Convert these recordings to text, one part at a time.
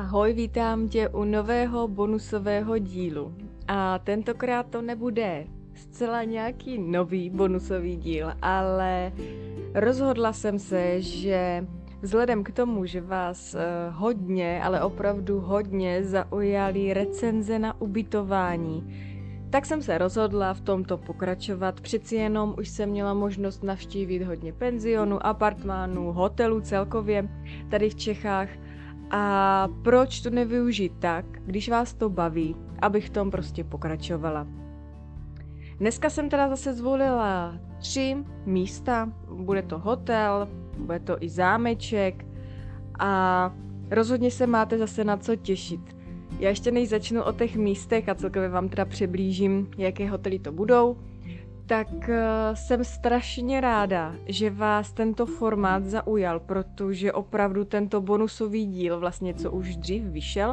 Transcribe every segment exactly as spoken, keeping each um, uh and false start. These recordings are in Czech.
Ahoj, vítám tě u nového bonusového dílu. A tentokrát to nebude zcela nějaký nový bonusový díl, ale rozhodla jsem se, že vzhledem k tomu, že vás hodně, ale opravdu hodně zaujaly recenze na ubytování, tak jsem se rozhodla v tomto pokračovat. Přeci jenom už jsem měla možnost navštívit hodně penzionů, apartmánů, hotelů celkově tady v Čechách. A proč to nevyužít tak, když vás to baví, abych v tom prostě pokračovala. Dneska jsem teda zase zvolila tři místa, bude to hotel, bude to i zámeček a rozhodně se máte zase na co těšit. Já ještě než začnu o těch místech a celkově vám teda přiblížím, jaké hotely to budou, tak uh, jsem strašně ráda, že vás tento formát zaujal, protože opravdu tento bonusový díl, vlastně co už dřív vyšel,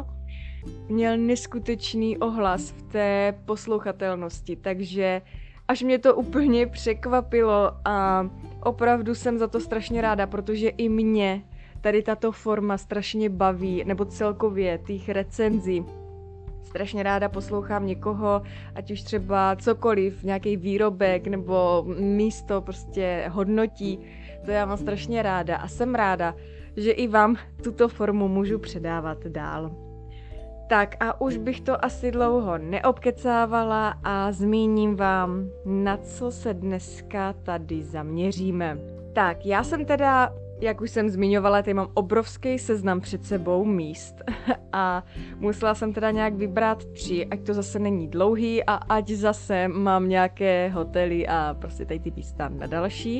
měl neskutečný ohlas v té poslouchatelnosti, takže až mě to úplně překvapilo a opravdu jsem za to strašně ráda, protože i mě tady tato forma strašně baví, nebo celkově těch recenzí. Strašně ráda poslouchám někoho, ať už třeba cokoliv, nějaký výrobek nebo místo prostě hodnotí. To já mám strašně ráda a jsem ráda, že i vám tuto formu můžu předávat dál. Tak a už bych to asi dlouho neobkecávala a zmíním vám, na co se dneska tady zaměříme. Tak, já jsem teda, jak už jsem zmiňovala, tady mám obrovský seznam před sebou míst a musela jsem teda nějak vybrat tři, ať to zase není dlouhý a ať zase mám nějaké hotely a prostě tady ty místa na další.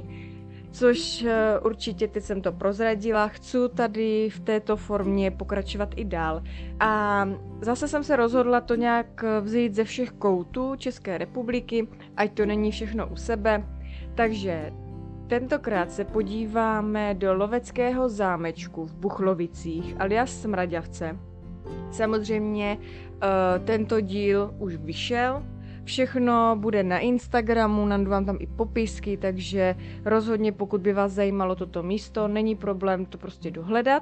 Což určitě teď jsem to prozradila, chci tady v této formě pokračovat i dál. A zase jsem se rozhodla to nějak vzít ze všech koutů České republiky, ať to není všechno u sebe. Takže tentokrát se podíváme do loveckého zámečku v Buchlovicích alias Smraďavce. Samozřejmě uh, tento díl už vyšel, všechno bude na Instagramu, nandu vám tam i popisky, takže rozhodně pokud by vás zajímalo toto místo, není problém to prostě dohledat.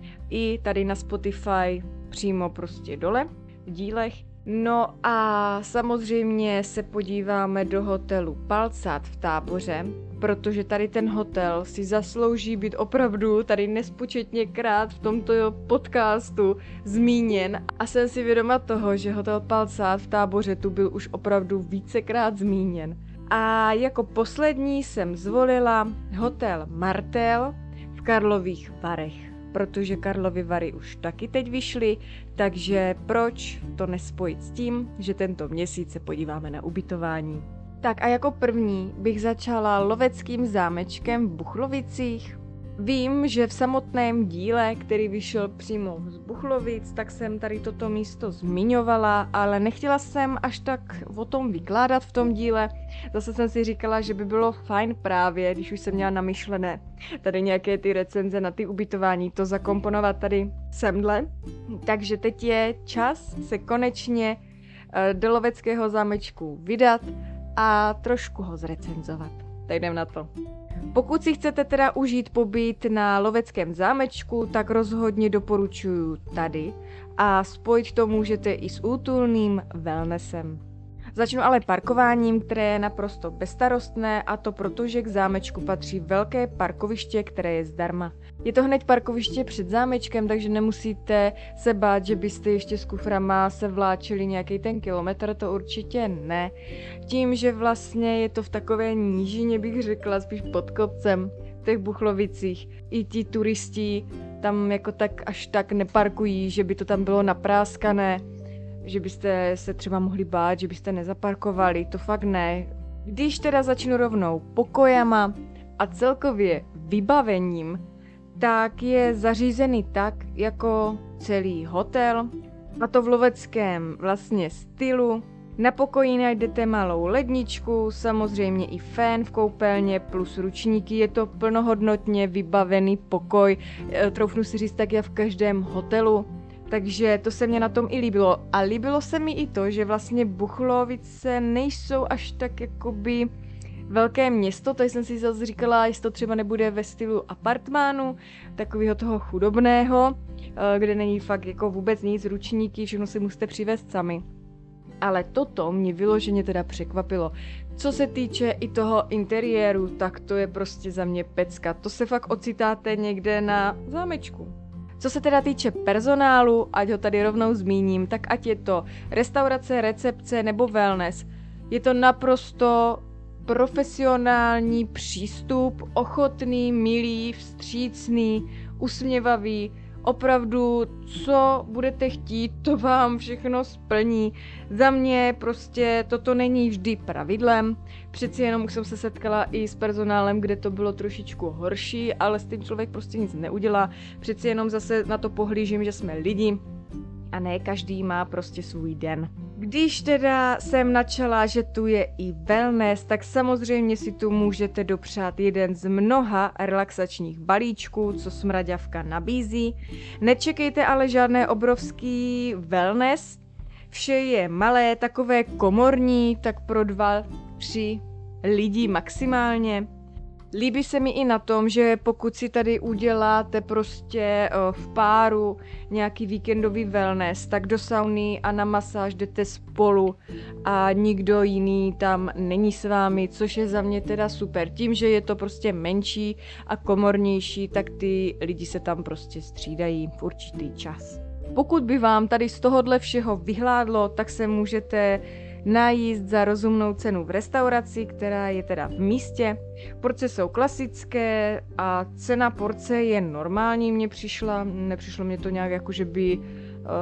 I tady na Spotify přímo prostě dole v dílech. No a samozřejmě se podíváme do hotelu Palcát v Táboře, protože tady ten hotel si zaslouží být opravdu tady nespočetněkrát v tomto podcastu zmíněn a jsem si vědoma toho, že hotel Palcát v Táboře tu byl už opravdu vícekrát zmíněn. A jako poslední jsem zvolila hotel Martel v Karlových Varech, protože Karlovy Vary už taky teď vyšly, takže proč to nespojit s tím, že tento měsíc se podíváme na ubytování. Tak a jako první bych začala loveckým zámečkem v Buchlovicích. Vím, že v samotném díle, který vyšel přímo z Buchlovic, tak jsem tady toto místo zmiňovala, ale nechtěla jsem až tak o tom vykládat v tom díle. Zase jsem si říkala, že by bylo fajn právě, když už jsem měla namyšlené tady nějaké ty recenze na ty ubytování, to zakomponovat tady semhle. Takže teď je čas se konečně do loveckého zámečku vydat a trošku ho zrecenzovat. Tak jdem na to. Pokud si chcete teda užít pobyt na loveckém zámečku, tak rozhodně doporučuji tady a spojit to můžete i s útulným wellnessem. Začnu ale parkováním, které je naprosto bezstarostné, a to proto, že k zámečku patří velké parkoviště, které je zdarma. Je to hned parkoviště před zámečkem, takže nemusíte se bát, že byste ještě s kuframa se vláčili nějaký ten kilometr, to určitě ne. Tím, že vlastně je to v takové nížině, bych řekla, spíš pod kopcem v těch Buchlovicích, i ti turisti tam jako tak až tak neparkují, že by to tam bylo napráskané, že byste se třeba mohli bát, že byste nezaparkovali, to fakt ne. Když teda začnu rovnou pokojama a celkově vybavením, tak je zařízený tak jako celý hotel, a to v loveckém vlastně stylu. Na pokoji najdete malou ledničku, samozřejmě i fén v koupelně plus ručníky, je to plnohodnotně vybavený pokoj, troufnu si říct tak je v každém hotelu. Takže to se mně na tom i líbilo. A líbilo se mi i to, že vlastně Buchlovice nejsou až tak jakoby velké město, takže jsem si zase říkala, jestli to třeba nebude ve stylu apartmánu, takového toho chudobného, kde není fakt jako vůbec nic, ručníky, všechno si musíte přivést sami. Ale toto mě vyloženě teda překvapilo. Co se týče i toho interiéru, tak to je prostě za mě pecka. To se fakt ocitáte někde na zámečku. Co se teda týče personálu, ať ho tady rovnou zmíním, tak ať je to restaurace, recepce nebo wellness, je to naprosto profesionální přístup, ochotný, milý, vstřícný, usměvavý. Opravdu, co budete chtít, to vám všechno splní. Za mě prostě toto není vždy pravidlem. Přeci jenom už jsem se setkala i s personálem, kde to bylo trošičku horší, ale s tím člověk prostě nic neudělá. Přeci jenom zase na to pohlížím, že jsme lidi a ne každý má prostě svůj den. Když teda jsem načala, že tu je i wellness, tak samozřejmě si tu můžete dopřát jeden z mnoha relaxačních balíčků, co Smraďavka nabízí. Nečekejte ale žádné obrovský wellness, vše je malé, takové komorní, tak pro dva, tři lidi maximálně. Líbí se mi i na tom, že pokud si tady uděláte prostě v páru nějaký víkendový wellness, tak do sauny a na masáž jdete spolu a nikdo jiný tam není s vámi, což je za mě teda super. Tím, že je to prostě menší a komornější, tak ty lidi se tam prostě střídají v určitý čas. Pokud by vám tady z tohohle všeho vyhládlo, tak se můžete najíst za rozumnou cenu v restauraci, která je teda v místě. Porce jsou klasické a cena porce je normální, mně přišla, nepřišlo mě to nějak jako, že by, uh,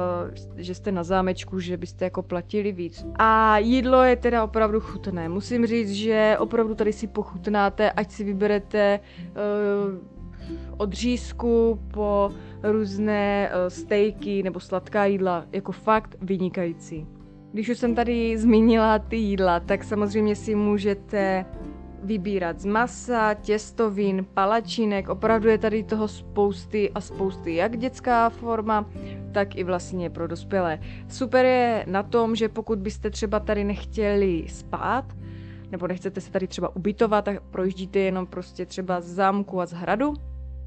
že jste na zámečku, že byste jako platili víc. A jídlo je teda opravdu chutné. Musím říct, že opravdu tady si pochutnáte, ať si vyberete uh, od řízku po různé uh, stejky nebo sladká jídla, jako fakt vynikající. Když už jsem tady zmínila ty jídla, tak samozřejmě si můžete vybírat z masa, těstovin, palačinek, opravdu je tady toho spousty a spousty, jak dětská forma, tak i vlastně pro dospělé. Super je na tom, že pokud byste třeba tady nechtěli spát, nebo nechcete se tady třeba ubytovat a projíždíte jenom prostě třeba z zámku a z hradu, uh,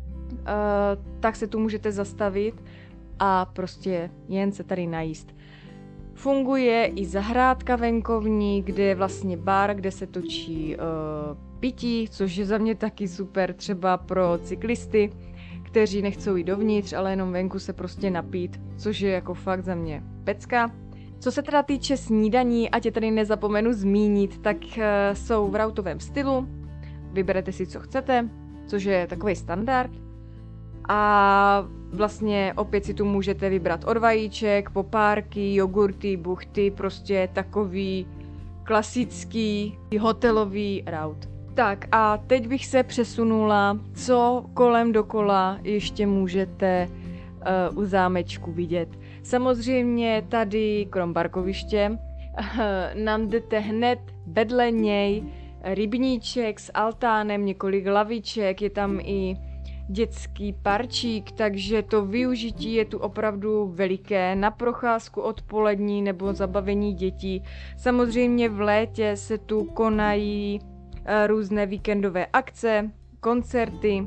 tak se tu můžete zastavit a prostě jen se tady najíst. Funguje i zahrádka venkovní, kde je vlastně bar, kde se točí uh, pití, což je za mě taky super třeba pro cyklisty, kteří nechcou jít dovnitř, ale jenom venku se prostě napít, což je jako fakt za mě pecka. Co se teda týče snídaní, ať je tady nezapomenu zmínit, tak uh, jsou v rautovém stylu, vyberete si, co chcete, což je takový standard. A vlastně opět si tu můžete vybrat od vajíček, popárky, jogurty, buchty, prostě takový klasický hotelový raut. Tak a teď bych se přesunula, co kolem dokola ještě můžete uh, u zámečku vidět. Samozřejmě tady krom parkoviště uh, najdete hned vedle něj rybníček s altánem, několik laviček, je tam i dětský parčík, takže to využití je tu opravdu veliké na procházku odpolední nebo zabavení dětí. Samozřejmě v létě se tu konají různé víkendové akce, koncerty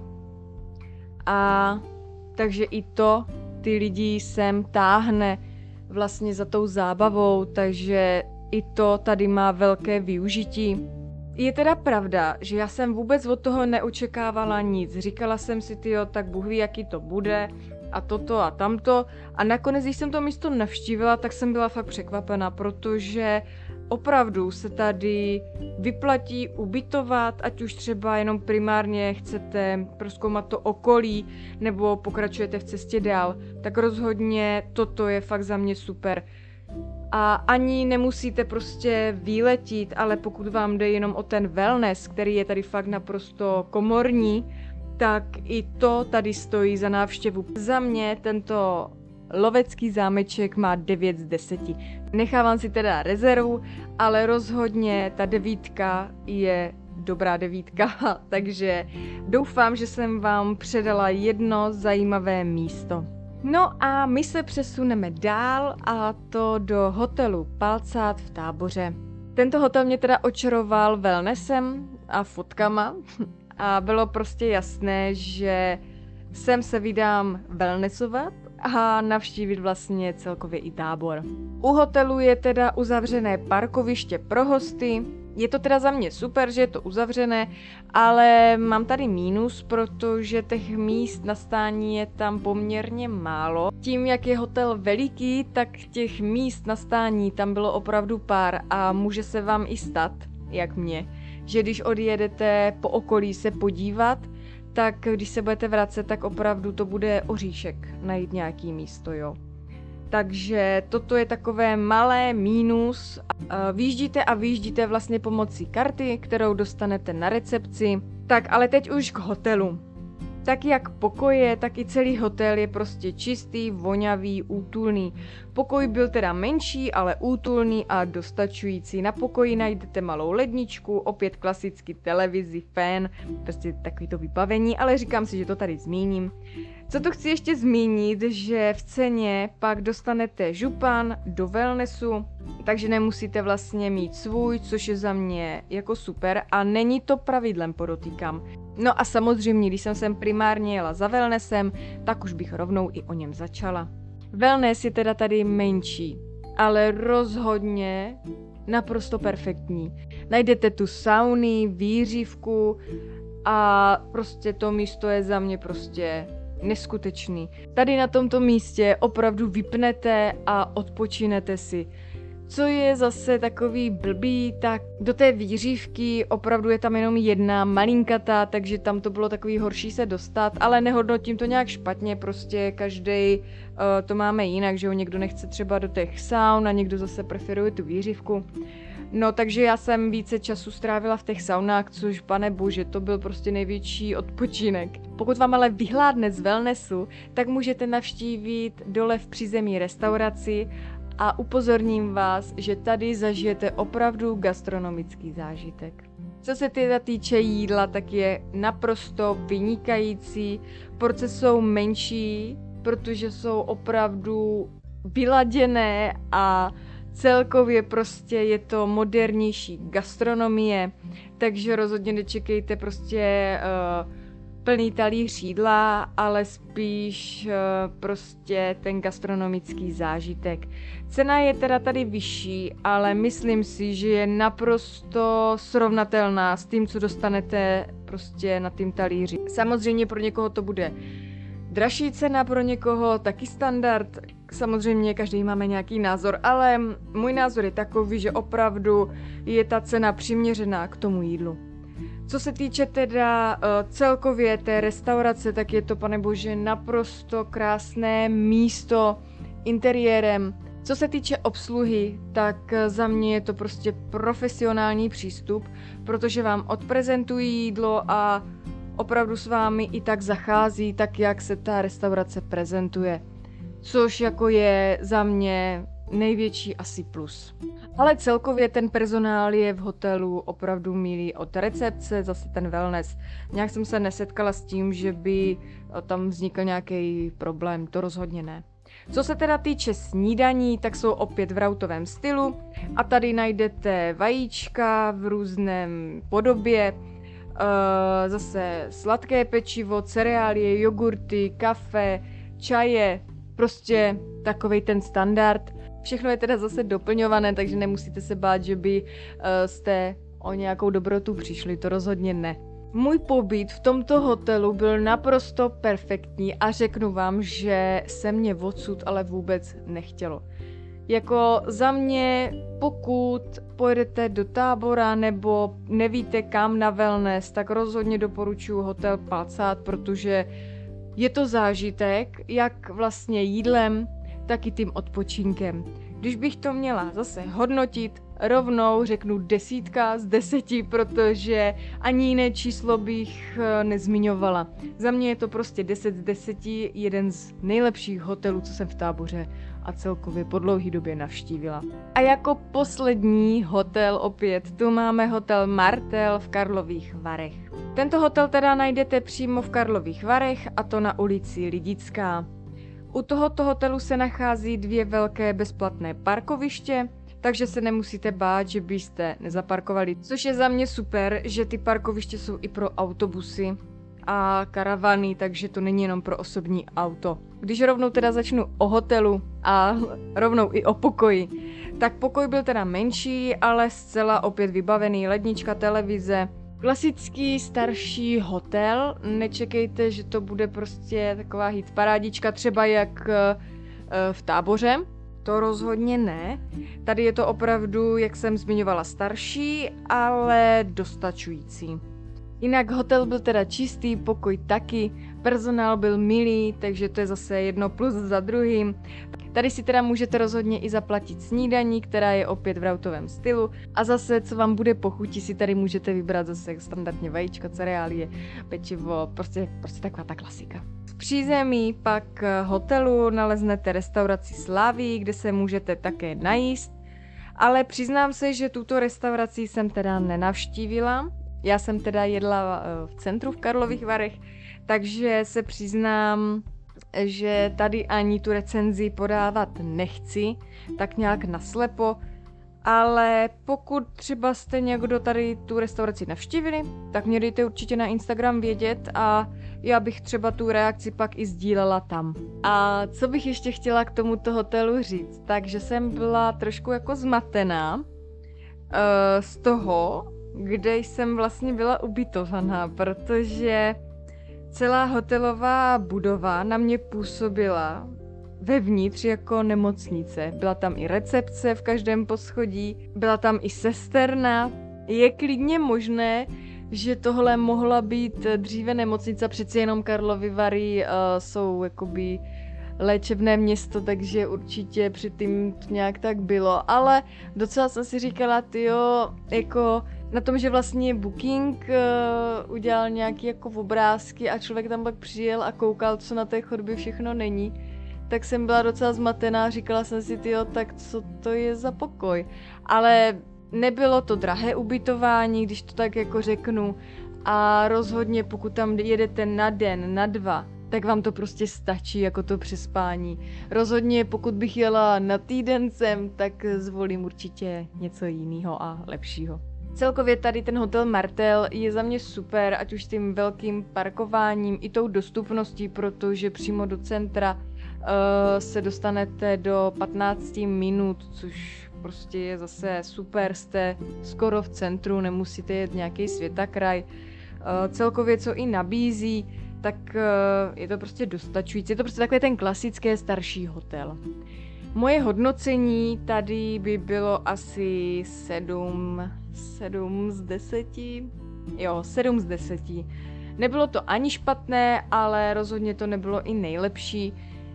a takže i to ty lidi sem táhne vlastně za tou zábavou, takže i to tady má velké využití. Je teda pravda, že já jsem vůbec od toho neočekávala nic. Říkala jsem si, tyjo, tak Bůh ví, jaký to bude a toto a tamto. A nakonec, když jsem to místo navštívila, tak jsem byla fakt překvapena, protože opravdu se tady vyplatí ubytovat, ať už třeba jenom primárně chcete prozkoumat to okolí nebo pokračujete v cestě dál, tak rozhodně toto je fakt za mě super. A ani nemusíte prostě výletit, ale pokud vám jde jenom o ten wellness, který je tady fakt naprosto komorní, tak i to tady stojí za návštěvu. Za mě tento lovecký zámeček má devět z deseti. Nechávám si teda rezervu, ale rozhodně ta devítka je dobrá devítka, takže doufám, že jsem vám předala jedno zajímavé místo. No a my se přesuneme dál, a to do hotelu Palcát v Táboře. Tento hotel mě teda očaroval wellnessem, a fotkama a bylo prostě jasné, že sem se vydám wellnessovat a navštívit vlastně celkově i tábor. U hotelu je teda uzavřené parkoviště pro hosty. Je to teda za mě super, že je to uzavřené, ale mám tady mínus, protože těch míst na stání je tam poměrně málo. Tím, jak je hotel veliký, tak těch míst na stání tam bylo opravdu pár a může se vám i stát, jak mě, že když odjedete po okolí se podívat, tak když se budete vracet, tak opravdu to bude oříšek najít nějaký místo, jo. Takže toto je takové malé mínus. Výjíždíte a vyjíždíte vlastně pomocí karty, kterou dostanete na recepci. Tak ale teď už k hotelu. Tak jak pokoje, tak i celý hotel je prostě čistý, voňavý, útulný. Pokoj byl teda menší, ale útulný a dostačující. Na pokoji najdete malou ledničku, opět klasicky televizi, fén, prostě takový to vybavení, ale říkám si, že to tady zmíním. Co tu chci ještě zmínit, že v ceně pak dostanete župan do wellnessu, takže nemusíte vlastně mít svůj, což je za mě jako super a není to pravidlem, podotýkám. No a samozřejmě, když jsem sem primárně jela za wellnessem, tak už bych rovnou i o něm začala. Wellness je teda tady menší, ale rozhodně naprosto perfektní. Najdete tu sauny, výřivku a prostě to místo je za mě prostě neskutečný. Tady na tomto místě opravdu vypnete a odpočinete si. Co je zase takový blbý, tak do té výřívky opravdu je tam jenom jedna malinkatá, takže tam to bylo takový horší se dostat, ale nehodnotím to nějak špatně, prostě každý uh, to máme jinak, že jo, někdo nechce třeba do těch saun a někdo zase preferuje tu výřívku. No takže já jsem více času strávila v těch saunách, což pane bože, to byl prostě největší odpočinek. Pokud vám ale vyhládne z wellnessu, tak můžete navštívit dole v přízemí restauraci a upozorním vás, že tady zažijete opravdu gastronomický zážitek. Co se teda týče jídla, tak je naprosto vynikající. Porce jsou menší, protože jsou opravdu vyladěné a celkově prostě je to modernější gastronomie, takže rozhodně nečekejte prostě uh, plný talíř jídla, ale spíš uh, prostě ten gastronomický zážitek. Cena je teda tady vyšší, ale myslím si, že je naprosto srovnatelná s tím, co dostanete prostě na tým talíři. Samozřejmě pro někoho to bude dražší cena, pro někoho taky standard. Samozřejmě každý máme nějaký názor, ale můj názor je takový, že opravdu je ta cena přiměřená k tomu jídlu. Co se týče teda uh, celkově té restaurace, tak je to, pane bože, naprosto krásné místo interiérem. Co se týče obsluhy, tak za mě je to prostě profesionální přístup, protože vám odprezentují jídlo a opravdu s vámi i tak zachází, tak jak se ta restaurace prezentuje. Což jako je za mě největší asi plus. Ale celkově ten personál je v hotelu opravdu milý od recepce, zase ten wellness. Nějak jsem se nesetkala s tím, že by tam vznikl nějaký problém, to rozhodně ne. Co se teda týče snídaní, tak jsou opět v rautovém stylu a tady najdete vajíčka v různém podobě, Uh, zase sladké pečivo, cereálie, jogurty, kafe, čaje, prostě takovej ten standard. Všechno je teda zase doplňované, takže nemusíte se bát, že by uh, jste o nějakou dobrotu přišli, to rozhodně ne. Můj pobyt v tomto hotelu byl naprosto perfektní a řeknu vám, že se mě odsud ale vůbec nechtělo. Jako za mě, pokud pojedete do tábora nebo nevíte kam na wellness, tak rozhodně doporučuji hotel Palcát, protože je to zážitek, jak vlastně jídlem, tak i tím odpočinkem. Když bych to měla zase hodnotit, rovnou řeknu desítka z deseti, protože ani jiné číslo bych nezmiňovala. Za mě je to prostě deset z deseti, jeden z nejlepších hotelů, co jsem v Táboře a celkově po dlouhé době navštívila. A jako poslední hotel opět, tu máme hotel Martel v Karlových Varech. Tento hotel teda najdete přímo v Karlových Varech a to na ulici Lidická. U tohoto hotelu se nachází dvě velké bezplatné parkoviště, takže se nemusíte bát, že byste nezaparkovali. Což je za mě super, že ty parkoviště jsou i pro autobusy a karavany, takže to není jenom pro osobní auto. Když rovnou teda začnu o hotelu a rovnou i o pokoji, tak pokoj byl teda menší, ale zcela opět vybavený, lednička, televize. Klasický starší hotel, nečekejte, že to bude prostě taková hit parádička, třeba jak v Táboře, to rozhodně ne. Tady je to opravdu, jak jsem zmiňovala, starší, ale dostačující. Jinak hotel byl teda čistý, pokoj taky, personál byl milý, takže to je zase jedno plus za druhým. Tady si teda můžete rozhodně i zaplatit snídaní, která je opět v rautovém stylu. A zase, co vám bude po chuti, si tady můžete vybrat zase standardně vajíčka, cereálie, pečivo, prostě, prostě taková ta klasika. V přízemí pak hotelu naleznete restauraci Slavii, kde se můžete také najíst. Ale přiznám se, že tuto restauraci jsem teda nenavštívila. Já jsem teda jedla v centru v Karlových Varech, takže se přiznám, že tady ani tu recenzi podávat nechci, tak nějak naslepo, ale pokud třeba jste někdo tady tu restauraci navštívili, tak mě dejte určitě na Instagram vědět a já bych třeba tu reakci pak i sdílela tam. A co bych ještě chtěla k tomuto hotelu říct, takže jsem byla trošku jako zmatená uh, z toho, kde jsem vlastně byla ubytovaná, protože celá hotelová budova na mě působila vevnitř jako nemocnice. Byla tam i recepce v každém poschodí, byla tam i sesterna. Je klidně možné, že tohle mohla být dříve nemocnice, přeci jenom Karlovy Vary uh, jsou jakoby léčebné město, takže určitě předtím to nějak tak bylo, ale docela jsem si říkala, tyjo, jako na tom, že vlastně Booking uh, udělal nějaký jako obrázky a člověk tam pak přijel a koukal, co na té chodbě všechno není, tak jsem byla docela zmatená, říkala jsem si, tyjo, tak co to je za pokoj. Ale nebylo to drahé ubytování, když to tak jako řeknu, a rozhodně pokud tam jedete na den, na dva, tak vám to prostě stačí jako to přespání. Rozhodně pokud bych jela na týden sem, tak zvolím určitě něco jiného a lepšího. Celkově tady ten hotel Martel je za mě super, ať už tím velkým parkováním i tou dostupností, protože přímo do centra uh, se dostanete do patnáct minut, což prostě je zase super, jste skoro v centru, nemusíte jet nějaký světakraj. Uh, celkově co i nabízí, tak uh, je to prostě dostačující, je to prostě takový ten klasický starší hotel. Moje hodnocení tady by bylo asi sedm, sedm z deseti. Jo, sedm z deseti. Nebylo to ani špatné, ale rozhodně to nebylo i nejlepší.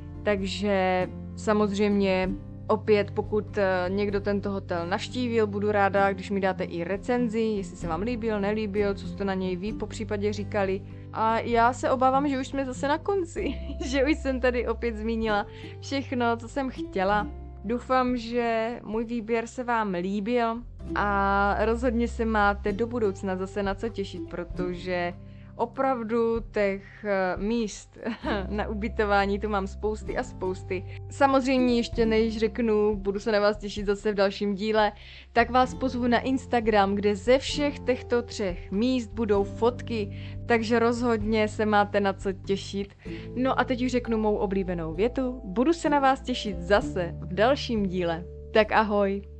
Takže samozřejmě opět, pokud někdo tento hotel navštívil, budu ráda, když mi dáte i recenzi, jestli se vám líbil, nelíbil, co jste na něj ví, po případě říkali. A já se obávám, že už jsme zase na konci, že už jsem tady opět zmínila všechno, co jsem chtěla. Doufám, že můj výběr se vám líbil a rozhodně se máte do budoucna zase na co těšit, protože opravdu těch míst na ubytování tu mám spousty a spousty. Samozřejmě ještě než řeknu, budu se na vás těšit zase v dalším díle, tak vás pozvu na Instagram, kde ze všech těchto třech míst budou fotky, takže rozhodně se máte na co těšit. No a teď už řeknu mou oblíbenou větu, budu se na vás těšit zase v dalším díle. Tak ahoj!